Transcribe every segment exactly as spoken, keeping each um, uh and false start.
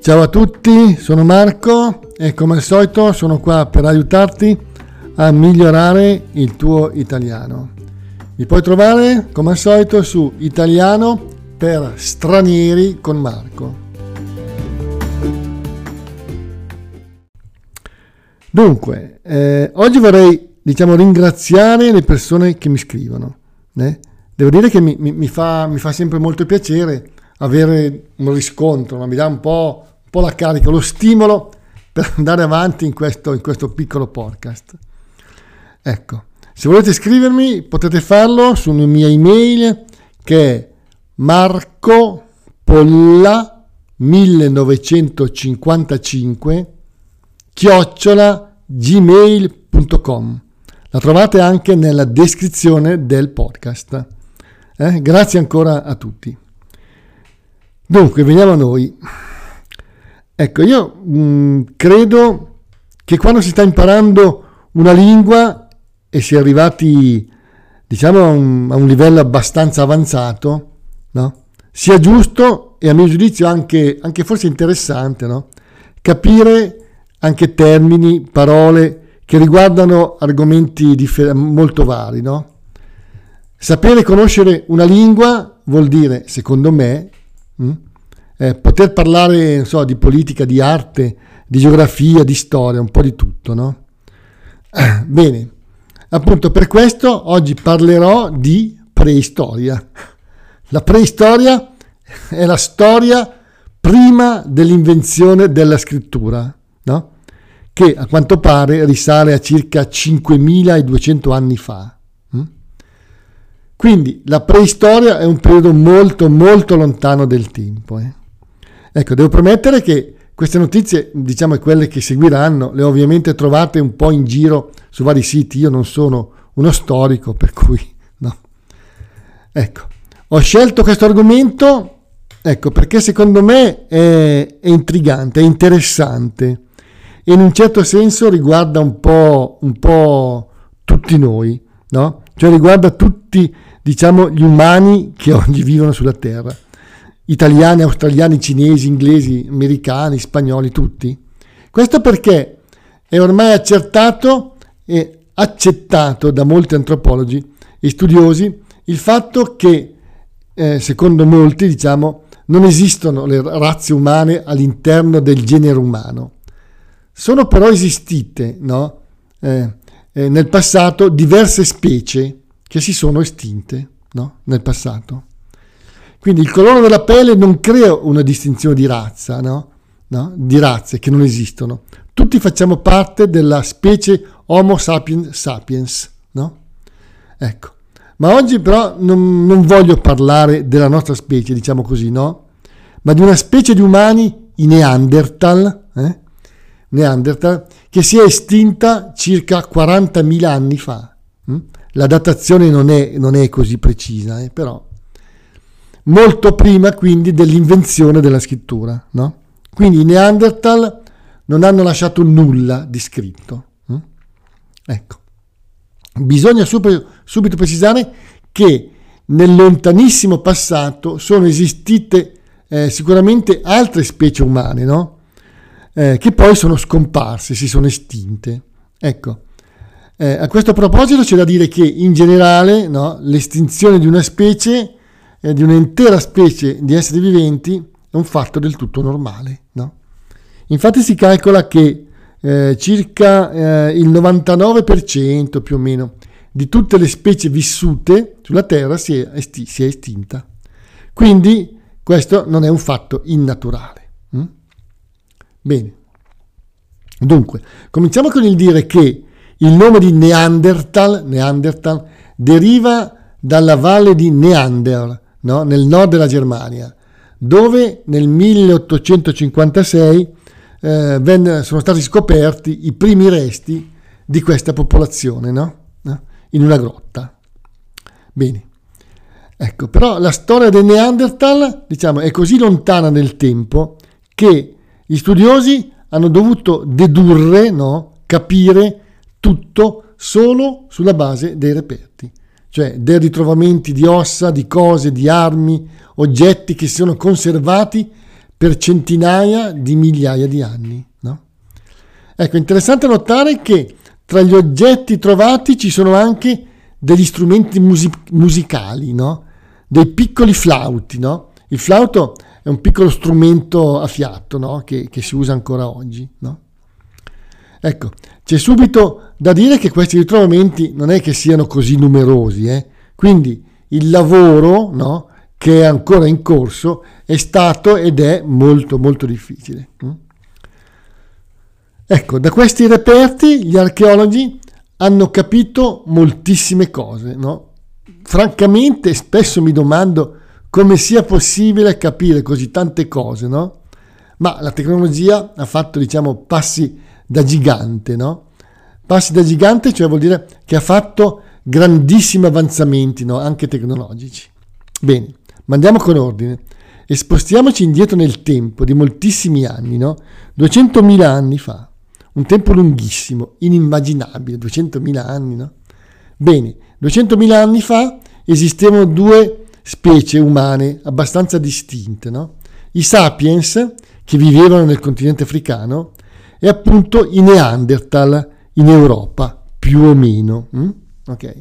Ciao a tutti, sono Marco e come al solito sono qua per aiutarti a migliorare il tuo italiano. Mi puoi trovare come al solito su Italiano per Stranieri con Marco. Dunque, eh, oggi vorrei diciamo ringraziare le persone che mi scrivono. Eh? Devo dire che mi, mi, mi, fa, mi fa sempre molto piacere avere un riscontro, no? Mi dà un po', un po' la carica, lo stimolo per andare avanti in questo, in questo piccolo podcast. Ecco, se volete scrivermi potete farlo sulla mia email che è marcopolla millenovecentocinquantacinque chiocciola gmail punto com. La trovate anche nella descrizione del podcast. Eh? Grazie ancora a tutti. Dunque, veniamo a noi. Ecco, io mh, credo che quando si sta imparando una lingua e si è arrivati, diciamo, a un, a un livello abbastanza avanzato, no? Sia giusto e a mio giudizio anche, anche forse interessante, no? Capire anche termini, parole che riguardano argomenti differ- molto vari, no? Sapere conoscere una lingua vuol dire, secondo me, mh, eh, poter parlare, non so, di politica, di arte, di geografia, di storia, un po' di tutto, no? Eh, bene, appunto per questo oggi parlerò di preistoria. La preistoria è la storia prima dell'invenzione della scrittura, no? Che a quanto pare risale a circa cinquemiladuecento anni fa. Quindi la preistoria è un periodo molto molto lontano del tempo. Eh. Ecco, devo premettere che queste notizie, diciamo quelle che seguiranno, le ho ovviamente trovate un po' in giro su vari siti. Io non sono uno storico, per cui no. Ecco, ho scelto questo argomento, ecco, perché secondo me è, è intrigante, è interessante e in un certo senso riguarda un po', un po' tutti noi, no? Cioè riguarda tutti, diciamo, gli umani che oggi vivono sulla Terra, italiani, australiani, cinesi, inglesi, americani, spagnoli, tutti. Questo perché è ormai accertato e accettato da molti antropologi e studiosi il fatto che, eh, secondo molti, diciamo, non esistono le razze umane all'interno del genere umano. Sono però esistite, no? Eh, eh, nel passato diverse specie che si sono estinte, no? Nel passato. Quindi il colore della pelle non crea una distinzione di razza, no? No? Di razze che non esistono. Tutti facciamo parte della specie Homo sapiens sapiens, no? Ecco. Ma oggi però non, non voglio parlare della nostra specie, diciamo così, no? Ma di una specie di umani, i Neanderthal, eh? Neanderthal, che si è estinta circa quarantamila anni fa. La datazione non è, non è così precisa, eh, però molto prima quindi dell'invenzione della scrittura, no? Quindi i Neanderthal non hanno lasciato nulla di scritto. Hm? Ecco, bisogna subito, subito precisare che nel lontanissimo passato sono esistite eh, sicuramente altre specie umane, no? Eh, che poi sono scomparse, si sono estinte. Ecco, eh, a questo proposito c'è da dire che in generale, no, l'estinzione di una specie, eh, di un'intera specie di esseri viventi, è un fatto del tutto normale, no? Infatti si calcola che eh, circa eh, il novantanove per cento più o meno di tutte le specie vissute sulla Terra si è, esti- si è estinta. Quindi questo non è un fatto innaturale. Hm? Bene, dunque, cominciamo con il dire che il nome di Neanderthal, Neanderthal deriva dalla valle di Neander, no? Nel nord della Germania, dove nel milleottocentocinquantasei eh, venne, sono stati scoperti i primi resti di questa popolazione, no? In una grotta. Bene, ecco, però la storia dei Neanderthal, diciamo, è così lontana nel tempo che gli studiosi hanno dovuto dedurre, no? Capire tutto solo sulla base dei reperti, cioè dei ritrovamenti di ossa, di cose, di armi, oggetti che si sono conservati per centinaia di migliaia di anni, no? Ecco, interessante notare che tra gli oggetti trovati ci sono anche degli strumenti music- musicali, no? Dei piccoli flauti, no? Il flauto è un piccolo strumento a fiato, no? Che, che si usa ancora oggi, no? Ecco, c'è subito da dire che questi ritrovamenti non è che siano così numerosi, eh? Quindi il lavoro, no? Che è ancora in corso è stato ed è molto molto difficile. Ecco, da questi reperti gli archeologi hanno capito moltissime cose, no? Francamente spesso mi domando come sia possibile capire così tante cose, no? Ma la tecnologia ha fatto, diciamo, passi da gigante, no? Passi da gigante, cioè vuol dire che ha fatto grandissimi avanzamenti, no? Anche tecnologici. Bene, ma andiamo con ordine e spostiamoci indietro nel tempo di moltissimi anni, no? duecentomila anni fa, un tempo lunghissimo, inimmaginabile, duecentomila anni, no? Bene, duecentomila anni fa esistevano due specie umane abbastanza distinte, no? I sapiens, che vivevano nel continente africano, e appunto i Neanderthal in Europa, più o meno. Mm? Ok.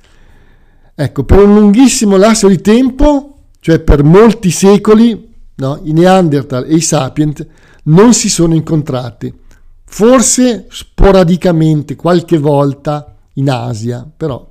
Ecco, per un lunghissimo lasso di tempo, cioè per molti secoli, no, i Neanderthal e i Sapiens non si sono incontrati, forse sporadicamente, qualche volta in Asia, però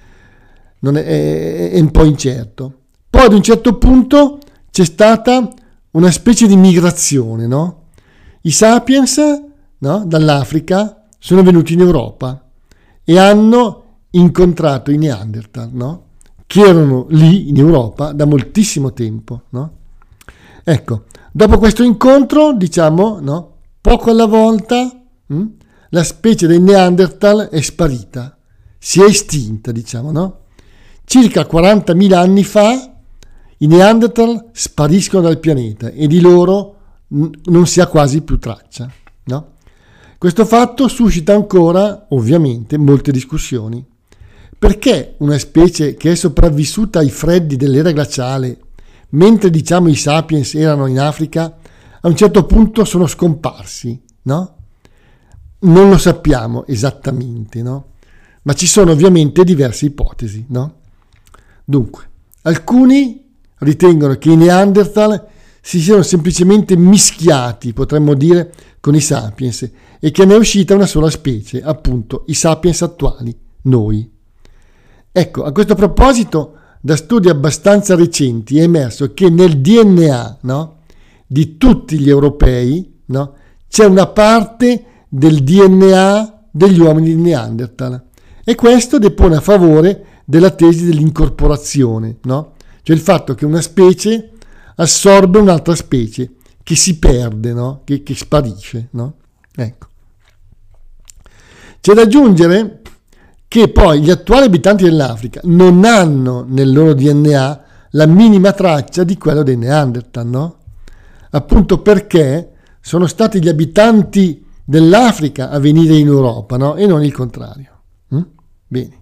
non è, è, è un po' incerto. Poi ad un certo punto c'è stata una specie di migrazione, no? I Sapiens, no, dall'Africa sono venuti in Europa e hanno incontrato i Neanderthal, no? Che erano lì in Europa da moltissimo tempo, no? Ecco, dopo questo incontro, diciamo, no, poco alla volta, mh, la specie dei Neanderthal è sparita, si è estinta, diciamo, no? Circa quarantamila anni fa i Neanderthal spariscono dal pianeta e di loro n- non si ha quasi più traccia, no? Questo fatto suscita ancora, ovviamente, molte discussioni. Perché una specie che è sopravvissuta ai freddi dell'era glaciale, mentre diciamo i sapiens erano in Africa, a un certo punto sono scomparsi, no? Non lo sappiamo esattamente, no? Ma ci sono ovviamente diverse ipotesi, no? Dunque, alcuni ritengono che i Neanderthal si siano semplicemente mischiati, potremmo dire, con i sapiens e che ne è uscita una sola specie, appunto i sapiens attuali, noi. Ecco, a questo proposito, da studi abbastanza recenti è emerso che nel D N A, no, di tutti gli europei, no, c'è una parte del D N A degli uomini di Neanderthal e questo depone a favore della tesi dell'incorporazione, no? Cioè il fatto che una specie assorbe un'altra specie che si perde, no? Che, che sparisce, no? Ecco. C'è da aggiungere che poi gli attuali abitanti dell'Africa non hanno nel loro D N A la minima traccia di quello dei Neanderthal, no? Appunto perché sono stati gli abitanti dell'Africa a venire in Europa, no? E non il contrario. Mm? Bene.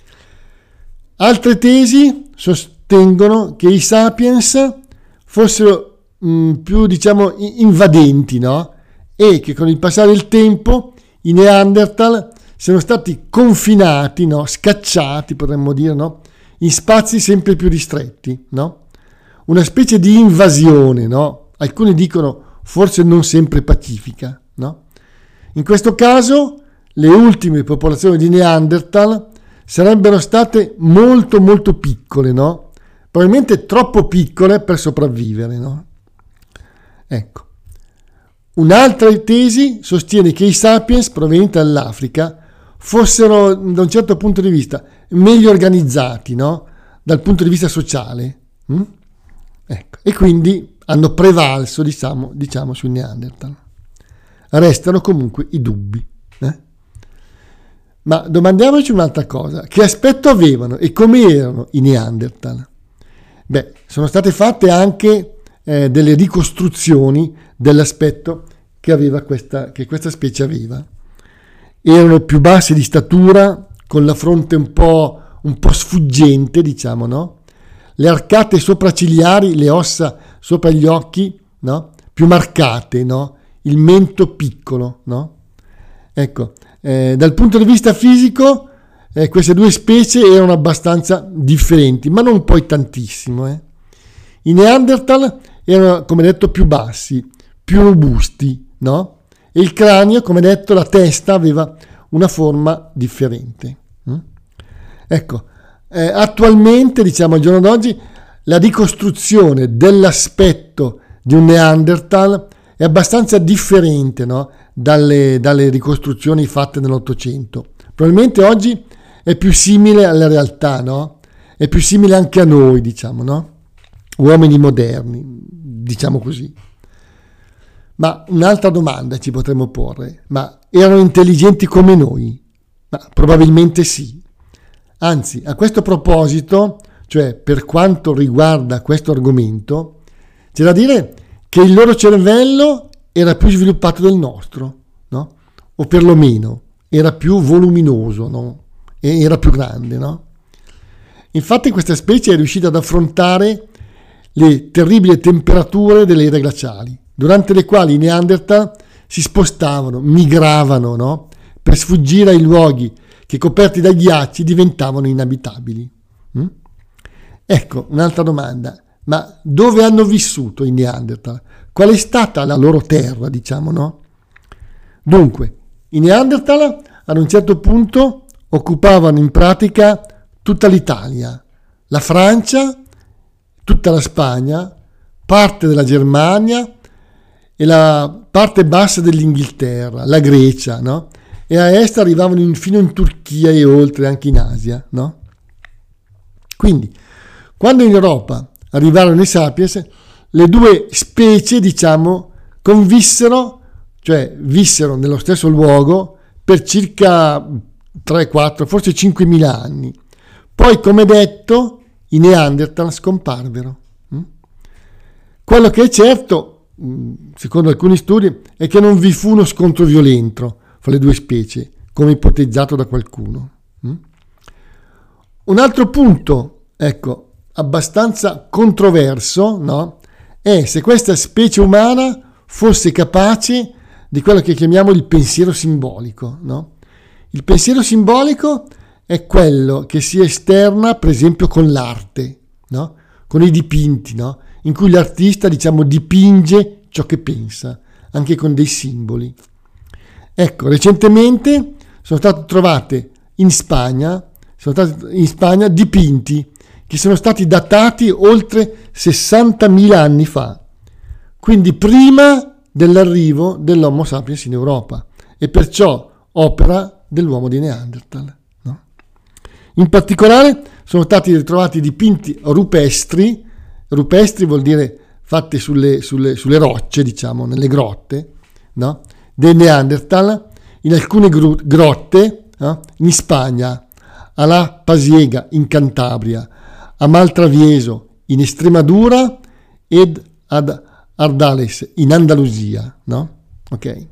Altre tesi sostengono che i sapiens fossero mh, più, diciamo, invadenti, no? E che con il passare del tempo i Neanderthal siano stati confinati, no? Scacciati, potremmo dire, no? In spazi sempre più ristretti, no? Una specie di invasione, no? Alcuni dicono forse non sempre pacifica, no? In questo caso le ultime popolazioni di Neanderthal sarebbero state molto molto piccole, no? Probabilmente troppo piccole per sopravvivere, no? Ecco. Un'altra tesi sostiene che i sapiens provenienti dall'Africa fossero, da un certo punto di vista, meglio organizzati, no? Dal punto di vista sociale. Mm? Ecco. E quindi hanno prevalso, diciamo, diciamo sui Neanderthal. Restano comunque i dubbi. Eh? Ma domandiamoci un'altra cosa. Che aspetto avevano e come erano i Neanderthal? Beh, sono state fatte anche eh, delle ricostruzioni dell'aspetto che aveva questa, che questa specie aveva. Erano più bassi di statura, con la fronte un po', un po' sfuggente, diciamo, no? Le arcate sopraccigliari, le ossa sopra gli occhi, no? più marcate, no? Il mento piccolo, no? Ecco, eh, dal punto di vista fisico eh, queste due specie erano abbastanza differenti, ma non poi tantissimo. Eh. I Neanderthal erano, come detto, più bassi, più robusti, no? E il cranio, come detto, la testa aveva una forma differente. Mm? Ecco, eh, attualmente, diciamo al giorno d'oggi, la ricostruzione dell'aspetto di un Neanderthal è abbastanza differente, no? dalle, dalle ricostruzioni fatte nell'Ottocento. Probabilmente oggi è più simile alla realtà, no? È più simile anche a noi, diciamo, no? Uomini moderni, diciamo così. Ma un'altra domanda ci potremmo porre: ma erano intelligenti come noi? Ma probabilmente sì. Anzi, a questo proposito, cioè per quanto riguarda questo argomento, c'è da dire che il loro cervello era più sviluppato del nostro, no? O perlomeno era più voluminoso, no? E era più grande, no? Infatti questa specie è riuscita ad affrontare le terribili temperature delle ere glaciali, durante le quali i Neanderthal si spostavano, migravano, no? Per sfuggire ai luoghi che, coperti da ghiacci, diventavano inabitabili. Mm? Ecco, un'altra domanda: ma dove hanno vissuto i Neanderthal? Qual è stata la loro terra, diciamo, no? Dunque, i Neanderthal ad un certo punto occupavano in pratica tutta l'Italia, la Francia, tutta la Spagna, parte della Germania e la parte bassa dell'Inghilterra, la Grecia, no? E a est arrivavano in, fino in Turchia e oltre, anche in Asia, no? Quindi, quando in Europa arrivarono i Sapiens, le due specie, diciamo, convissero, cioè vissero nello stesso luogo per circa tre, quattro, forse cinquemila anni. Poi, come detto, i Neanderthal scomparvero. Quello che è certo, secondo alcuni studi, è che non vi fu uno scontro violento fra le due specie, come ipotizzato da qualcuno. Un altro punto, ecco, abbastanza controverso, no? È se questa specie umana fosse capace di quello che chiamiamo il pensiero simbolico, no? Il pensiero simbolico è quello che si esterna, per esempio, con l'arte, no? Con i dipinti, no? In cui l'artista, diciamo, dipinge ciò che pensa, anche con dei simboli. Ecco, recentemente sono state trovate in Spagna, sono stati in Spagna dipinti che sono stati datati oltre sessantamila anni fa, quindi prima dell'arrivo dell'Homo sapiens in Europa, e perciò opera dell'uomo di Neanderthal. No? In particolare sono stati ritrovati dipinti rupestri, rupestri vuol dire fatti sulle, sulle, sulle rocce, diciamo, nelle grotte, no? Dei Neanderthal, in alcune gru- grotte, no? In Spagna, a La Pasiega in Cantabria, a Maltravieso in Estremadura ed ad Ardales in Andalusia, no? Ok.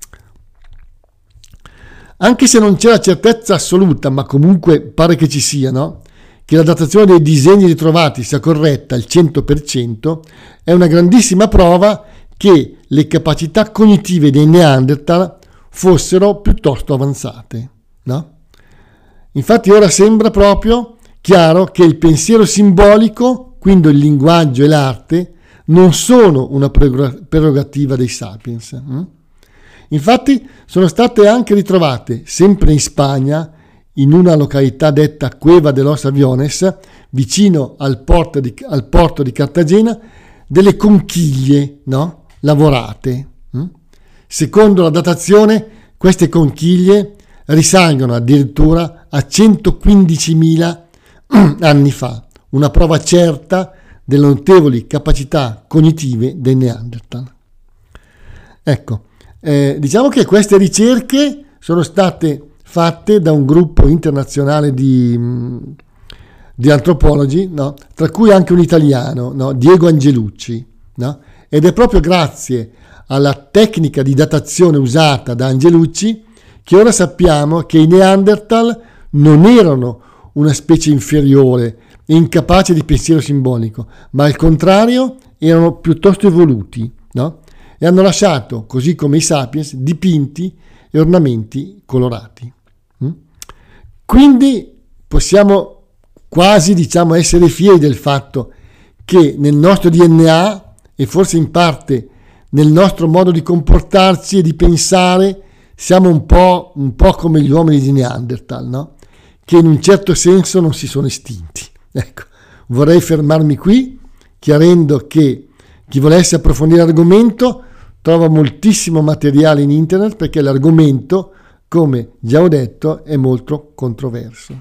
Anche se non c'è la certezza assoluta, ma comunque pare che ci sia, no? Che la datazione dei disegni ritrovati sia corretta al cento per cento, è una grandissima prova che le capacità cognitive dei Neanderthal fossero piuttosto avanzate, no? Infatti ora sembra proprio chiaro che il pensiero simbolico, quindi il linguaggio e l'arte, non sono una prerogativa dei sapiens. Hm? Infatti sono state anche ritrovate, sempre in Spagna, in una località detta Cueva de los Aviones, vicino al porto di, al porto di Cartagena, delle conchiglie, no? Lavorate. Hm? Secondo la datazione, queste conchiglie risalgono addirittura a centoquindicimila anni fa, una prova certa delle notevoli capacità cognitive dei Neanderthal. Ecco, eh, diciamo che queste ricerche sono state fatte da un gruppo internazionale di, di antropologi, no? Tra cui anche un italiano, no? Diego Angelucci, no? Ed è proprio grazie alla tecnica di datazione usata da Angelucci che ora sappiamo che i Neanderthal non erano una specie inferiore e incapace di pensiero simbolico, ma al contrario erano piuttosto evoluti, no? e hanno lasciato, così come i sapiens, dipinti e ornamenti colorati. Quindi possiamo quasi, diciamo, essere fieri del fatto che nel nostro D N A e forse in parte nel nostro modo di comportarci e di pensare siamo un po', un po' come gli uomini di Neanderthal, no? Che in un certo senso non si sono estinti. Ecco, vorrei fermarmi qui, chiarendo che chi volesse approfondire l'argomento trova moltissimo materiale in internet, perché l'argomento, come già ho detto, è molto controverso,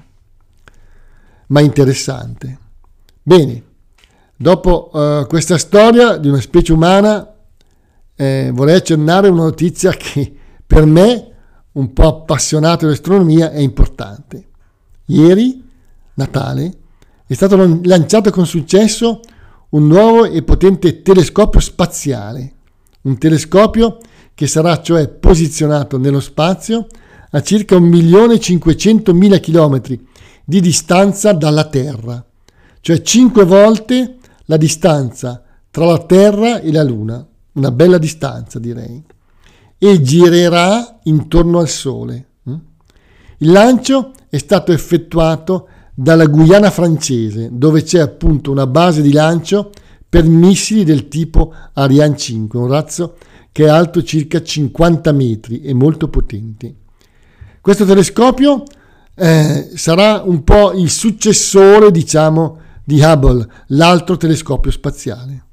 ma interessante. Bene, dopo uh, questa storia di una specie umana, eh, vorrei accennare una notizia che per me, un po' appassionato di astronomia, è importante. Ieri, Natale, è stato lanciato con successo un nuovo e potente telescopio spaziale, un telescopio che sarà cioè posizionato nello spazio a circa un milione e cinquecentomila chilometri di distanza dalla Terra, cioè cinque volte la distanza tra la Terra e la Luna, una bella distanza direi, e girerà intorno al Sole. Il lancio è stato effettuato dalla Guyana francese, dove c'è appunto una base di lancio per missili del tipo Ariane cinque, un razzo che è alto circa cinquanta metri e molto potente. Questo telescopio eh, sarà un po' il successore, diciamo, di Hubble, l'altro telescopio spaziale.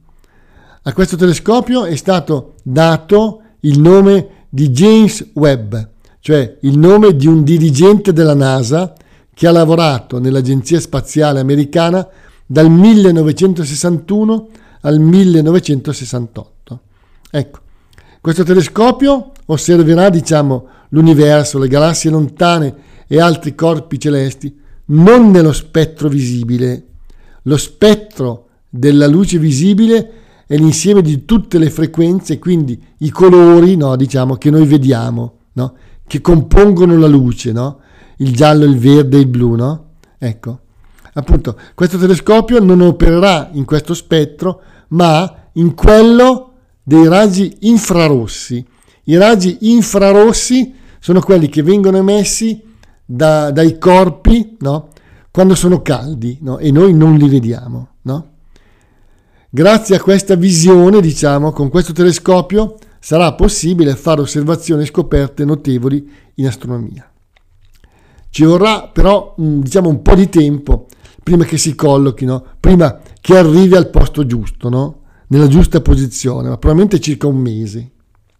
A questo telescopio è stato dato il nome di James Webb, cioè il nome di un dirigente della NASA che ha lavorato nell'Agenzia Spaziale Americana dal millenovecentosessantuno al millenovecentosessantotto. Ecco, questo telescopio osserverà, diciamo, l'universo, le galassie lontane e altri corpi celesti non nello spettro visibile. Lo spettro della luce visibile è l'insieme di tutte le frequenze, quindi i colori, no, diciamo, che noi vediamo, no, che compongono la luce, no? Il giallo, il verde, il blu, no? Ecco, appunto, questo telescopio non opererà in questo spettro, ma in quello dei raggi infrarossi. I raggi infrarossi sono quelli che vengono emessi da, dai corpi, no? Quando sono caldi, no? E noi non li vediamo, no? Grazie a questa visione, diciamo, con questo telescopio sarà possibile fare osservazioni e scoperte notevoli in astronomia. Ci vorrà però, diciamo, un po' di tempo prima che si collochino, prima che arrivi al posto giusto, no? Nella giusta posizione, ma probabilmente circa un mese.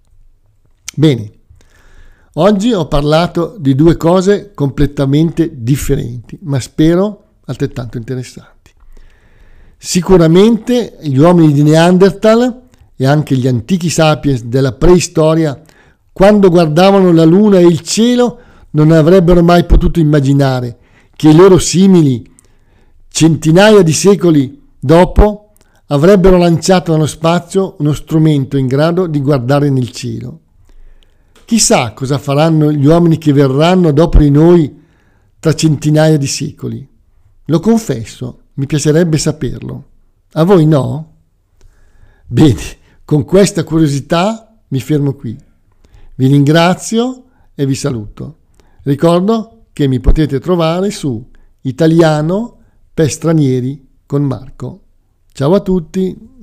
Bene, oggi ho parlato di due cose completamente differenti, ma spero altrettanto interessanti. Sicuramente gli uomini di Neanderthal e anche gli antichi sapiens della preistoria, quando guardavano la luna e il cielo, non avrebbero mai potuto immaginare che i loro simili, centinaia di secoli dopo, avrebbero lanciato nello spazio uno strumento in grado di guardare nel cielo. Chissà cosa faranno gli uomini che verranno dopo di noi tra centinaia di secoli. Lo confesso, mi piacerebbe saperlo. A voi no? Bene, con questa curiosità mi fermo qui. Vi ringrazio e vi saluto. Ricordo che mi potete trovare su Italiano per stranieri con Marco. Ciao a tutti!